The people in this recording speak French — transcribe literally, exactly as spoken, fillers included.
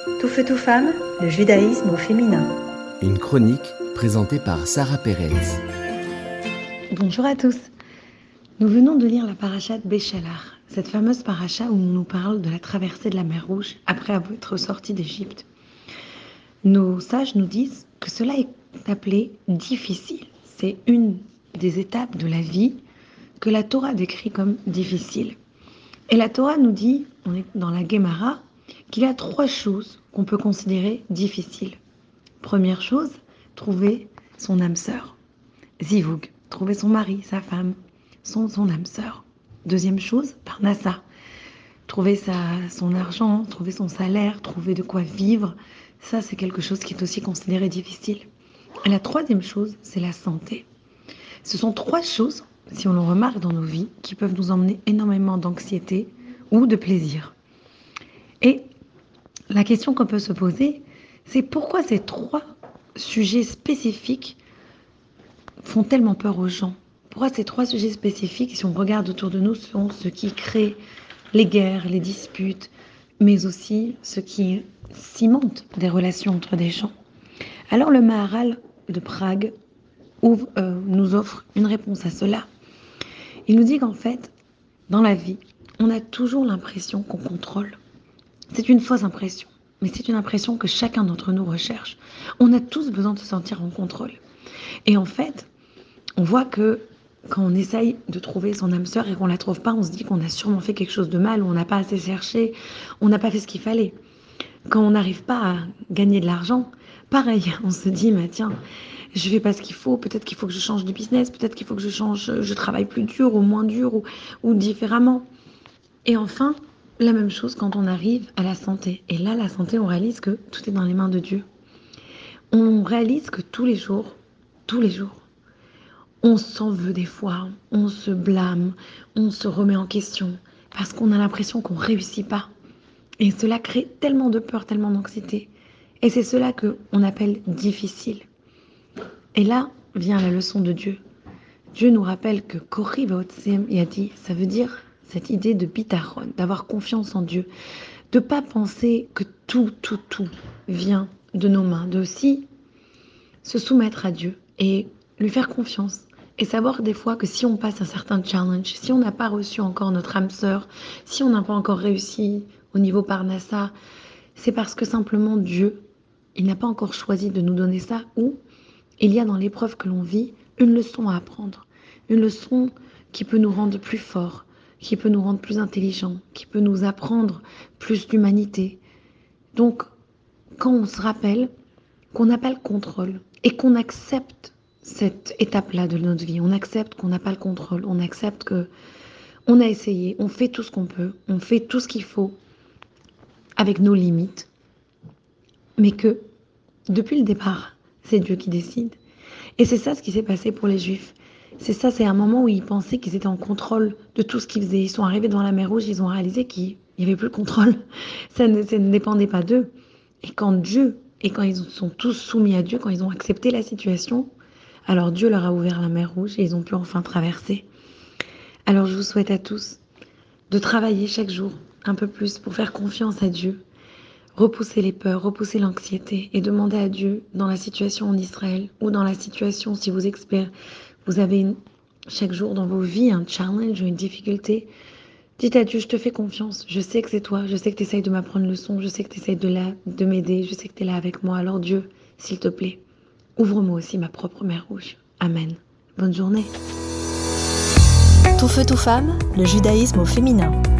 Tout feu, tout femme, le judaïsme au féminin. Une chronique présentée par Sarah Pérez. Bonjour à tous. Nous venons de lire la paracha de Béchalach, cette fameuse paracha où on nous parle de la traversée de la mer Rouge après être sortis d'Égypte. Nos sages nous disent que cela est appelé difficile. C'est une des étapes de la vie que la Torah décrit comme difficile. Et la Torah nous dit, on est dans la Gemara, qu'il y a trois choses qu'on peut considérer difficiles. Première chose, trouver son âme sœur. Zivug, trouver son mari, sa femme, son, son âme sœur. Deuxième chose, Parnassa, trouver sa, son argent, trouver son salaire, trouver de quoi vivre. Ça, c'est quelque chose qui est aussi considéré difficile. Et la troisième chose, c'est la santé. Ce sont trois choses, si on le remarque dans nos vies, qui peuvent nous emmener énormément d'anxiété ou de plaisir. Et la question qu'on peut se poser, c'est pourquoi ces trois sujets spécifiques font tellement peur aux gens? Pourquoi ces trois sujets spécifiques, si on regarde autour de nous, sont ceux qui créent les guerres, les disputes, mais aussi ceux qui cimentent des relations entre des gens? Alors le Maharal de Prague ouvre, euh, nous offre une réponse à cela. Il nous dit qu'en fait, dans la vie, on a toujours l'impression qu'on contrôle. C'est une fausse impression, mais c'est une impression que chacun d'entre nous recherche. On a tous besoin de se sentir en contrôle. Et en fait, on voit que quand on essaye de trouver son âme sœur et qu'on ne la trouve pas, on se dit qu'on a sûrement fait quelque chose de mal, ou on n'a pas assez cherché, on n'a pas fait ce qu'il fallait. Quand on n'arrive pas à gagner de l'argent, pareil, on se dit, bah, tiens, je ne fais pas ce qu'il faut, peut-être qu'il faut que je change de business, peut-être qu'il faut que je change, je travaille plus dur ou moins dur ou, ou différemment. Et enfin, la même chose quand on arrive à la santé. Et là, la santé, on réalise que tout est dans les mains de Dieu. On réalise que tous les jours, tous les jours, on s'en veut des fois, on se blâme, on se remet en question, parce qu'on a l'impression qu'on ne réussit pas. Et cela crée tellement de peur, tellement d'anxiété. Et c'est cela qu'on appelle difficile. Et là vient la leçon de Dieu. Dieu nous rappelle que Kori Vaotsem Yadi, ça veut dire cette idée de bitachon, d'avoir confiance en Dieu, de ne pas penser que tout, tout, tout vient de nos mains, de aussi se soumettre à Dieu et lui faire confiance. Et savoir des fois que si on passe un certain challenge, si on n'a pas reçu encore notre âme sœur, si on n'a pas encore réussi au niveau Parnassa, c'est parce que simplement Dieu, il n'a pas encore choisi de nous donner ça, ou il y a dans l'épreuve que l'on vit une leçon à apprendre, une leçon qui peut nous rendre plus forts, qui peut nous rendre plus intelligents, qui peut nous apprendre plus d'humanité. Donc, quand on se rappelle qu'on n'a pas le contrôle et qu'on accepte cette étape-là de notre vie, on accepte qu'on n'a pas le contrôle, on accepte que on a essayé, on fait tout ce qu'on peut, on fait tout ce qu'il faut avec nos limites, mais que depuis le départ, c'est Dieu qui décide. Et c'est ça ce qui s'est passé pour les Juifs. C'est ça, c'est un moment où ils pensaient qu'ils étaient en contrôle de tout ce qu'ils faisaient. Ils sont arrivés devant la mer Rouge, ils ont réalisé qu'il n'y avait plus le contrôle. Ça ne, ça ne dépendait pas d'eux. Et quand Dieu, et quand ils sont tous soumis à Dieu, quand ils ont accepté la situation, alors Dieu leur a ouvert la mer Rouge et ils ont pu enfin traverser. Alors je vous souhaite à tous de travailler chaque jour un peu plus pour faire confiance à Dieu, repousser les peurs, repousser l'anxiété et demander à Dieu dans la situation en Israël ou dans la situation, si vous experts, vous avez une, chaque jour dans vos vies un challenge ou une difficulté, dites à Dieu, je te fais confiance, je sais que c'est toi, je sais que tu essayes de m'apprendre le son, je sais que tu essayes de, la, de m'aider, je sais que tu es là avec moi, alors Dieu, s'il te plaît, ouvre-moi aussi ma propre mer Rouge. Amen. Bonne journée. Tout feu, tout femme, le judaïsme au féminin.